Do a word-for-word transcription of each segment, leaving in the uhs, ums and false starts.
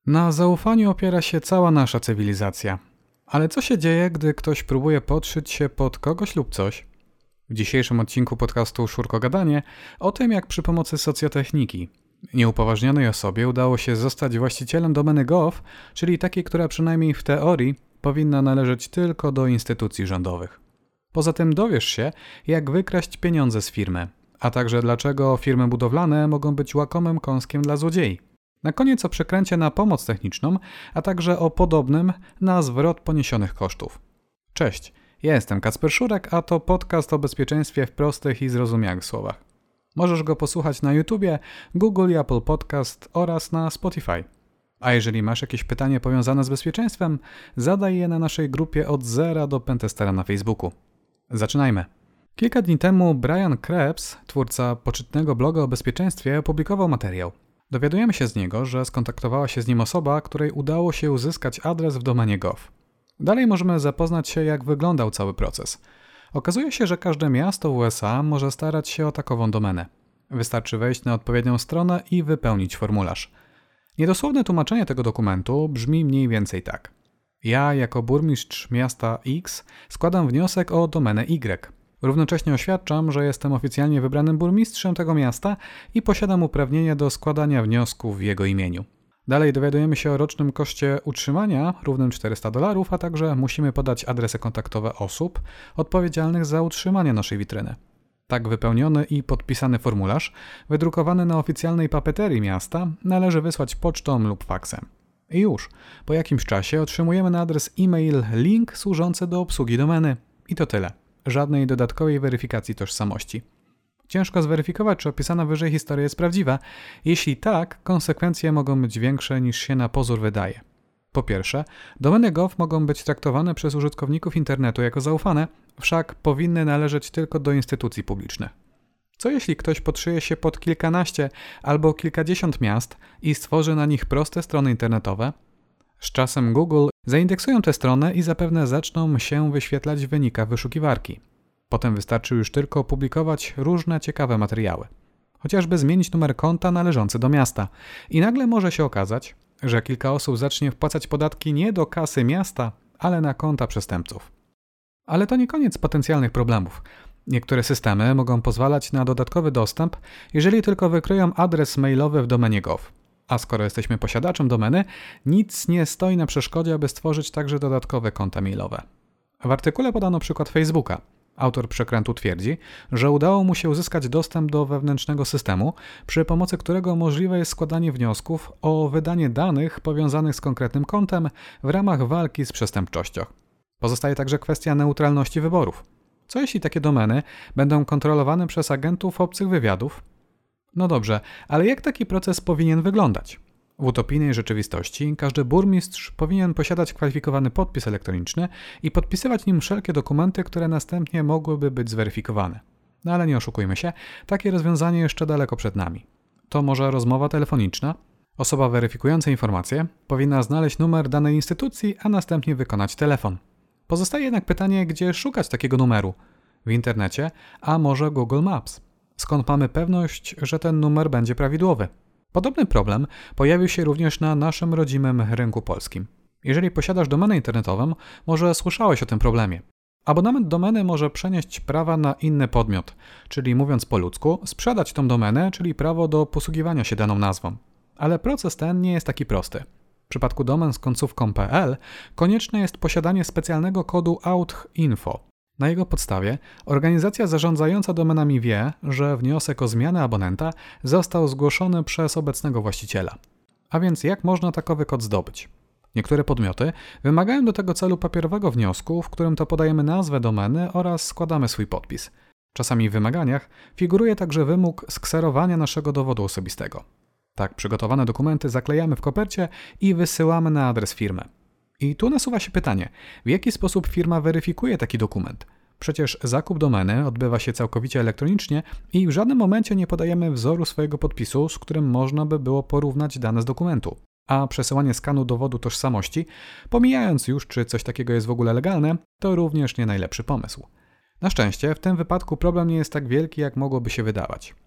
Na zaufaniu opiera się cała nasza cywilizacja. Ale co się dzieje, gdy ktoś próbuje podszyć się pod kogoś lub coś? W dzisiejszym odcinku podcastu Szurko Gadanie o tym, jak przy pomocy socjotechniki nieupoważnionej osobie udało się zostać właścicielem domeny gov, czyli takiej, która przynajmniej w teorii powinna należeć tylko do instytucji rządowych. Poza tym dowiesz się, jak wykraść pieniądze z firmy, a także dlaczego firmy budowlane mogą być łakomym kąskiem dla złodziei. Na koniec o przekręcie na pomoc techniczną, a także o podobnym na zwrot poniesionych kosztów. Cześć, ja jestem Kacper Szurek, a to podcast o bezpieczeństwie w prostych i zrozumiałych słowach. Możesz go posłuchać na YouTubie, Google i Apple Podcast oraz na Spotify. A jeżeli masz jakieś pytanie powiązane z bezpieczeństwem, zadaj je na naszej grupie od zera do pentestera na Facebooku. Zaczynajmy. Kilka dni temu Brian Krebs, twórca poczytnego bloga o bezpieczeństwie, opublikował materiał. Dowiadujemy się z niego, że skontaktowała się z nim osoba, której udało się uzyskać adres w domenie gov. Dalej możemy zapoznać się, jak wyglądał cały proces. Okazuje się, że każde miasto w U S A może starać się o takową domenę. Wystarczy wejść na odpowiednią stronę i wypełnić formularz. Niedosłowne tłumaczenie tego dokumentu brzmi mniej więcej tak. Ja, jako burmistrz miasta X, składam wniosek o domenę Y. Równocześnie oświadczam, że jestem oficjalnie wybranym burmistrzem tego miasta i posiadam uprawnienie do składania wniosków w jego imieniu. Dalej dowiadujemy się o rocznym koszcie utrzymania równym czterysta dolarów, a także musimy podać adresy kontaktowe osób odpowiedzialnych za utrzymanie naszej witryny. Tak wypełniony i podpisany formularz, wydrukowany na oficjalnej papeterii miasta, należy wysłać pocztą lub faksem. I już, po jakimś czasie otrzymujemy na adres e-mail link służący do obsługi domeny. I to tyle. Żadnej dodatkowej weryfikacji tożsamości. Ciężko zweryfikować, czy opisana wyżej historia jest prawdziwa. Jeśli tak, konsekwencje mogą być większe niż się na pozór wydaje. Po pierwsze, domeny gov mogą być traktowane przez użytkowników internetu jako zaufane, wszak powinny należeć tylko do instytucji publicznych. Co jeśli ktoś podszyje się pod kilkanaście albo kilkadziesiąt miast i stworzy na nich proste strony internetowe? Z czasem Google zaindeksują tę stronę i zapewne zaczną się wyświetlać w wynikach wyszukiwarki. Potem wystarczy już tylko opublikować różne ciekawe materiały. Chociażby zmienić numer konta należący do miasta. I nagle może się okazać, że kilka osób zacznie wpłacać podatki nie do kasy miasta, ale na konta przestępców. Ale to nie koniec potencjalnych problemów. Niektóre systemy mogą pozwalać na dodatkowy dostęp, jeżeli tylko wykryją adres mailowy w domenie gov. A skoro jesteśmy posiadaczem domeny, nic nie stoi na przeszkodzie, aby stworzyć także dodatkowe konta mailowe. W artykule podano przykład Facebooka. Autor przekrętu twierdzi, że udało mu się uzyskać dostęp do wewnętrznego systemu, przy pomocy którego możliwe jest składanie wniosków o wydanie danych powiązanych z konkretnym kontem w ramach walki z przestępczością. Pozostaje także kwestia neutralności wyborów. Co jeśli takie domeny będą kontrolowane przez agentów obcych wywiadów? No dobrze, ale jak taki proces powinien wyglądać? W utopijnej rzeczywistości każdy burmistrz powinien posiadać kwalifikowany podpis elektroniczny i podpisywać nim wszelkie dokumenty, które następnie mogłyby być zweryfikowane. No ale nie oszukujmy się, takie rozwiązanie jeszcze daleko przed nami. To może rozmowa telefoniczna? Osoba weryfikująca informacje powinna znaleźć numer danej instytucji, a następnie wykonać telefon. Pozostaje jednak pytanie, gdzie szukać takiego numeru? W internecie, a może Google Maps? Skąd mamy pewność, że ten numer będzie prawidłowy? Podobny problem pojawił się również na naszym rodzimym rynku polskim. Jeżeli posiadasz domenę internetową, może słyszałeś o tym problemie. Abonament domeny może przenieść prawa na inny podmiot, czyli mówiąc po ludzku, sprzedać tą domenę, czyli prawo do posługiwania się daną nazwą. Ale proces ten nie jest taki prosty. W przypadku domen z końcówką .pl konieczne jest posiadanie specjalnego kodu auth.info. Na jego podstawie organizacja zarządzająca domenami wie, że wniosek o zmianę abonenta został zgłoszony przez obecnego właściciela. A więc jak można takowy kod zdobyć? Niektóre podmioty wymagają do tego celu papierowego wniosku, w którym to podajemy nazwę domeny oraz składamy swój podpis. Czasami w wymaganiach figuruje także wymóg skserowania naszego dowodu osobistego. Tak przygotowane dokumenty zaklejamy w kopercie i wysyłamy na adres firmy. I tu nasuwa się pytanie, w jaki sposób firma weryfikuje taki dokument? Przecież zakup domeny odbywa się całkowicie elektronicznie i w żadnym momencie nie podajemy wzoru swojego podpisu, z którym można by było porównać dane z dokumentu. A przesyłanie skanu dowodu tożsamości, pomijając już, czy coś takiego jest w ogóle legalne, to również nie najlepszy pomysł. Na szczęście w tym wypadku problem nie jest tak wielki, jak mogłoby się wydawać.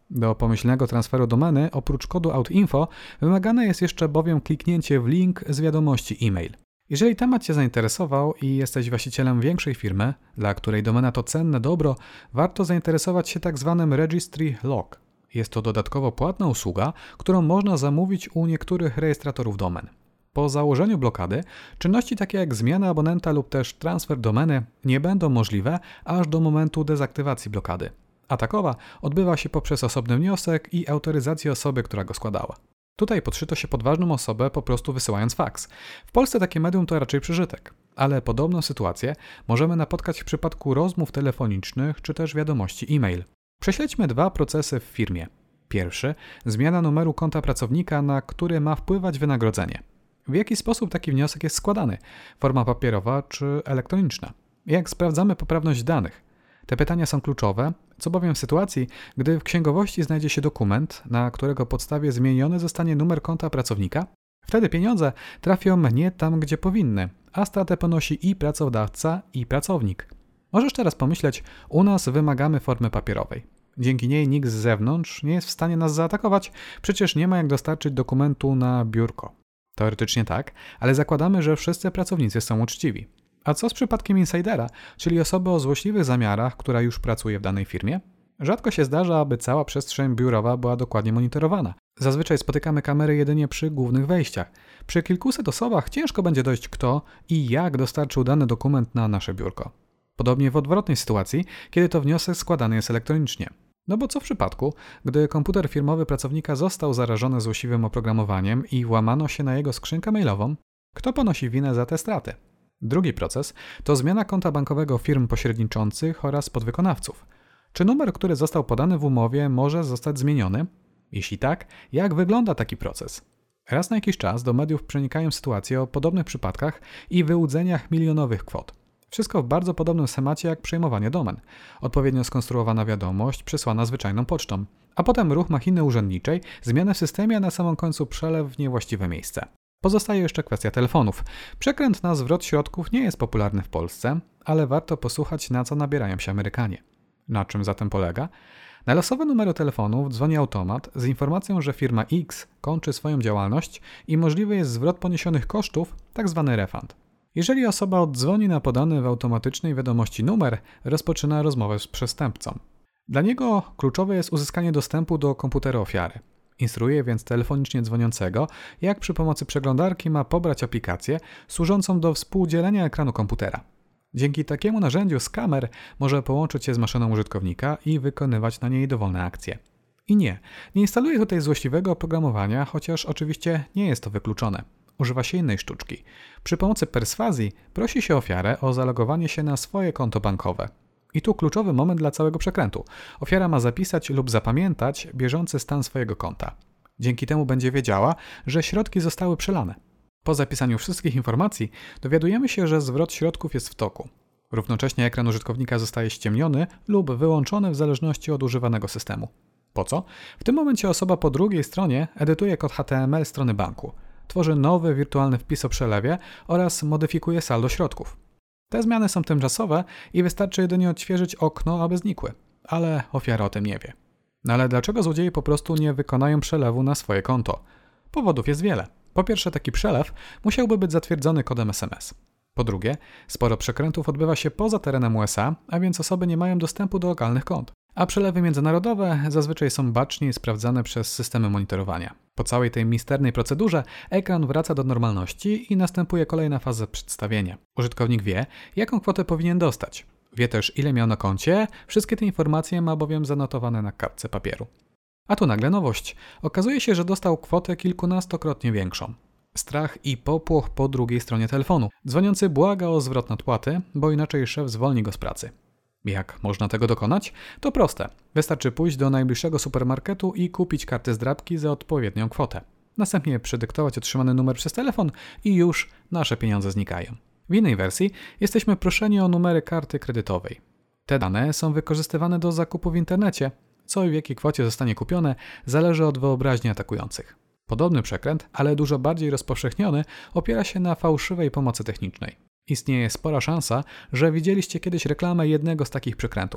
Do pomyślnego transferu domeny oprócz kodu autinfo wymagane jest jeszcze bowiem kliknięcie w link z wiadomości e-mail. Jeżeli temat Cię zainteresował i jesteś właścicielem większej firmy, dla której domena to cenne dobro, warto zainteresować się tak zwanym Registry Lock. Jest to dodatkowo płatna usługa, którą można zamówić u niektórych rejestratorów domen. Po założeniu blokady, czynności takie jak zmiana abonenta lub też transfer domeny nie będą możliwe aż do momentu dezaktywacji blokady. A takowa odbywa się poprzez osobny wniosek i autoryzację osoby, która go składała. Tutaj podszyto się pod ważną osobę po prostu wysyłając faks. W Polsce takie medium to raczej przeżytek, ale podobną sytuację możemy napotkać w przypadku rozmów telefonicznych czy też wiadomości e-mail. Prześledźmy dwa procesy w firmie. Pierwszy, zmiana numeru konta pracownika, na który ma wpływać wynagrodzenie. W jaki sposób taki wniosek jest składany? Forma papierowa czy elektroniczna? Jak sprawdzamy poprawność danych? Te pytania są kluczowe, co bowiem w sytuacji, gdy w księgowości znajdzie się dokument, na którego podstawie zmieniony zostanie numer konta pracownika, wtedy pieniądze trafią nie tam, gdzie powinny, a stratę ponosi i pracodawca, i pracownik. Możesz teraz pomyśleć, u nas wymagamy formy papierowej. Dzięki niej nikt z zewnątrz nie jest w stanie nas zaatakować, przecież nie ma jak dostarczyć dokumentu na biurko. Teoretycznie tak, ale zakładamy, że wszyscy pracownicy są uczciwi. A co z przypadkiem insidera, czyli osoby o złośliwych zamiarach, która już pracuje w danej firmie? Rzadko się zdarza, aby cała przestrzeń biurowa była dokładnie monitorowana. Zazwyczaj spotykamy kamery jedynie przy głównych wejściach. Przy kilkuset osobach ciężko będzie dojść, kto i jak dostarczył dany dokument na nasze biurko. Podobnie w odwrotnej sytuacji, kiedy to wniosek składany jest elektronicznie. No bo co w przypadku, gdy komputer firmowy pracownika został zarażony złośliwym oprogramowaniem i włamano się na jego skrzynkę mailową? Kto ponosi winę za te straty? Drugi proces to zmiana konta bankowego firm pośredniczących oraz podwykonawców. Czy numer, który został podany w umowie, może zostać zmieniony? Jeśli tak, jak wygląda taki proces? Raz na jakiś czas do mediów przenikają sytuacje o podobnych przypadkach i wyłudzeniach milionowych kwot. Wszystko w bardzo podobnym schemacie jak przejmowanie domen. Odpowiednio skonstruowana wiadomość przesłana zwyczajną pocztą, a potem ruch machiny urzędniczej, zmiana w systemie, a na samym końcu przelew w niewłaściwe miejsce. Pozostaje jeszcze kwestia telefonów. Przekręt na zwrot środków nie jest popularny w Polsce, ale warto posłuchać, na co nabierają się Amerykanie. Na czym zatem polega? Na losowe numery telefonów dzwoni automat z informacją, że firma X kończy swoją działalność i możliwy jest zwrot poniesionych kosztów, tzw. refund. Jeżeli osoba oddzwoni na podany w automatycznej wiadomości numer, rozpoczyna rozmowę z przestępcą. Dla niego kluczowe jest uzyskanie dostępu do komputera ofiary. Instruuje więc telefonicznie dzwoniącego, jak przy pomocy przeglądarki ma pobrać aplikację służącą do współdzielenia ekranu komputera. Dzięki takiemu narzędziu skamer może połączyć się z maszyną użytkownika i wykonywać na niej dowolne akcje. I nie, nie instaluje tutaj złośliwego oprogramowania, chociaż oczywiście nie jest to wykluczone. Używa się innej sztuczki. Przy pomocy perswazji prosi się ofiarę o zalogowanie się na swoje konto bankowe. I tu kluczowy moment dla całego przekrętu. Ofiara ma zapisać lub zapamiętać bieżący stan swojego konta. Dzięki temu będzie wiedziała, że środki zostały przelane. Po zapisaniu wszystkich informacji dowiadujemy się, że zwrot środków jest w toku. Równocześnie ekran użytkownika zostaje ściemniony lub wyłączony w zależności od używanego systemu. Po co? W tym momencie osoba po drugiej stronie edytuje kod H T M L strony banku, tworzy nowy wirtualny wpis o przelewie oraz modyfikuje saldo środków. Te zmiany są tymczasowe i wystarczy jedynie odświeżyć okno, aby znikły, ale ofiara o tym nie wie. No ale dlaczego złodzieje po prostu nie wykonają przelewu na swoje konto? Powodów jest wiele. Po pierwsze, taki przelew musiałby być zatwierdzony kodem S M S. Po drugie, sporo przekrętów odbywa się poza terenem U S A, a więc osoby nie mają dostępu do lokalnych kont. A przelewy międzynarodowe zazwyczaj są bacznie sprawdzane przez systemy monitorowania. Po całej tej misternej procedurze ekran wraca do normalności i następuje kolejna faza przedstawienia. Użytkownik wie, jaką kwotę powinien dostać. Wie też, ile miał na koncie, wszystkie te informacje ma bowiem zanotowane na kartce papieru. A tu nagle nowość. Okazuje się, że dostał kwotę kilkunastokrotnie większą. Strach i popłoch po drugiej stronie telefonu. Dzwoniący błaga o zwrot nadpłaty, bo inaczej szef zwolni go z pracy. Jak można tego dokonać? To proste. Wystarczy pójść do najbliższego supermarketu i kupić karty zdrabki za odpowiednią kwotę. Następnie przedyktować otrzymany numer przez telefon i już nasze pieniądze znikają. W innej wersji jesteśmy proszeni o numery karty kredytowej. Te dane są wykorzystywane do zakupu w internecie. Co i w jakiej kwocie zostanie kupione, zależy od wyobraźni atakujących. Podobny przekręt, ale dużo bardziej rozpowszechniony, opiera się na fałszywej pomocy technicznej. Istnieje spora szansa, że widzieliście kiedyś reklamę jednego z takich przekrętów.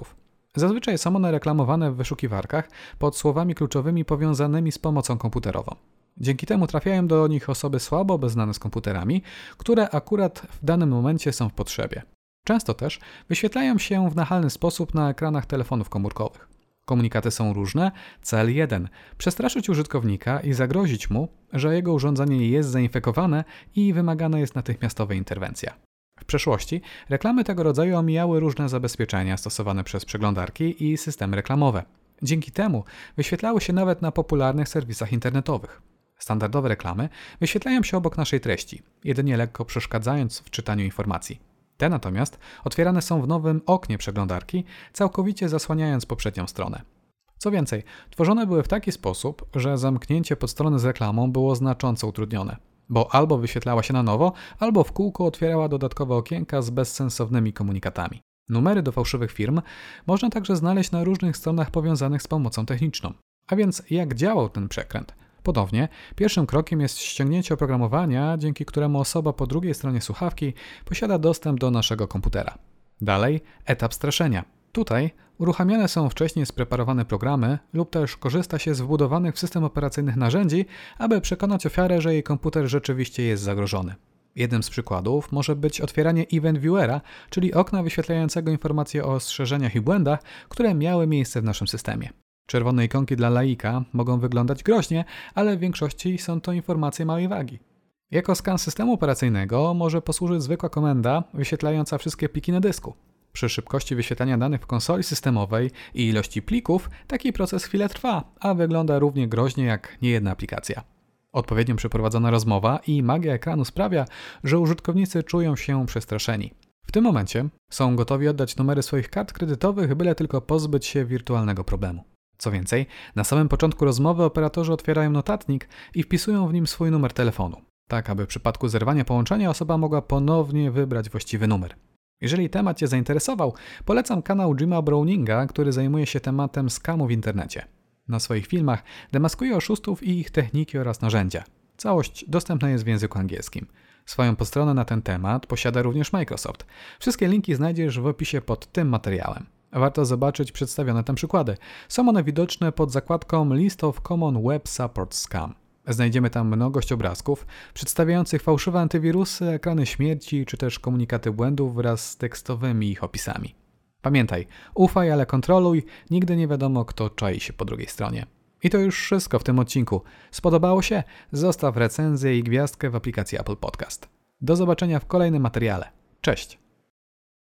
Zazwyczaj są one reklamowane w wyszukiwarkach pod słowami kluczowymi powiązanymi z pomocą komputerową. Dzięki temu trafiają do nich osoby słabo obeznane z komputerami, które akurat w danym momencie są w potrzebie. Często też wyświetlają się w nachalny sposób na ekranach telefonów komórkowych. Komunikaty są różne, cel jeden – przestraszyć użytkownika i zagrozić mu, że jego urządzenie jest zainfekowane i wymagana jest natychmiastowa interwencja. W przeszłości reklamy tego rodzaju omijały różne zabezpieczenia stosowane przez przeglądarki i systemy reklamowe. Dzięki temu wyświetlały się nawet na popularnych serwisach internetowych. Standardowe reklamy wyświetlają się obok naszej treści, jedynie lekko przeszkadzając w czytaniu informacji. Te natomiast otwierane są w nowym oknie przeglądarki, całkowicie zasłaniając poprzednią stronę. Co więcej, tworzone były w taki sposób, że zamknięcie podstrony z reklamą było znacząco utrudnione, bo albo wyświetlała się na nowo, albo w kółko otwierała dodatkowe okienka z bezsensownymi komunikatami. Numery do fałszywych firm można także znaleźć na różnych stronach powiązanych z pomocą techniczną. A więc jak działał ten przekręt? Ponownie, pierwszym krokiem jest ściągnięcie oprogramowania, dzięki któremu osoba po drugiej stronie słuchawki posiada dostęp do naszego komputera. Dalej, etap straszenia. Tutaj uruchamiane są wcześniej spreparowane programy lub też korzysta się z wbudowanych w system operacyjny narzędzi, aby przekonać ofiarę, że jej komputer rzeczywiście jest zagrożony. Jednym z przykładów może być otwieranie Event Viewera, czyli okna wyświetlającego informacje o ostrzeżeniach i błędach, które miały miejsce w naszym systemie. Czerwone ikonki dla laika mogą wyglądać groźnie, ale w większości są to informacje małej wagi. Jako skan systemu operacyjnego może posłużyć zwykła komenda wyświetlająca wszystkie pliki na dysku. Przy szybkości wyświetlania danych w konsoli systemowej i ilości plików taki proces chwilę trwa, a wygląda równie groźnie jak niejedna aplikacja. Odpowiednio przeprowadzona rozmowa i magia ekranu sprawia, że użytkownicy czują się przestraszeni. W tym momencie są gotowi oddać numery swoich kart kredytowych, byle tylko pozbyć się wirtualnego problemu. Co więcej, na samym początku rozmowy operatorzy otwierają notatnik i wpisują w nim swój numer telefonu, tak aby w przypadku zerwania połączenia osoba mogła ponownie wybrać właściwy numer. Jeżeli temat Cię zainteresował, polecam kanał Jima Browninga, który zajmuje się tematem skamu w internecie. Na swoich filmach demaskuje oszustów i ich techniki oraz narzędzia. Całość dostępna jest w języku angielskim. Swoją podstronę na ten temat posiada również Microsoft. Wszystkie linki znajdziesz w opisie pod tym materiałem. Warto zobaczyć przedstawione tam przykłady. Są one widoczne pod zakładką List of Common Web Support Scam. Znajdziemy tam mnogość obrazków przedstawiających fałszywe antywirusy, ekrany śmierci czy też komunikaty błędów wraz z tekstowymi ich opisami. Pamiętaj, ufaj, ale kontroluj, nigdy nie wiadomo, kto czai się po drugiej stronie. I to już wszystko w tym odcinku. Spodobało się? Zostaw recenzję i gwiazdkę w aplikacji Apple Podcast. Do zobaczenia w kolejnym materiale. Cześć!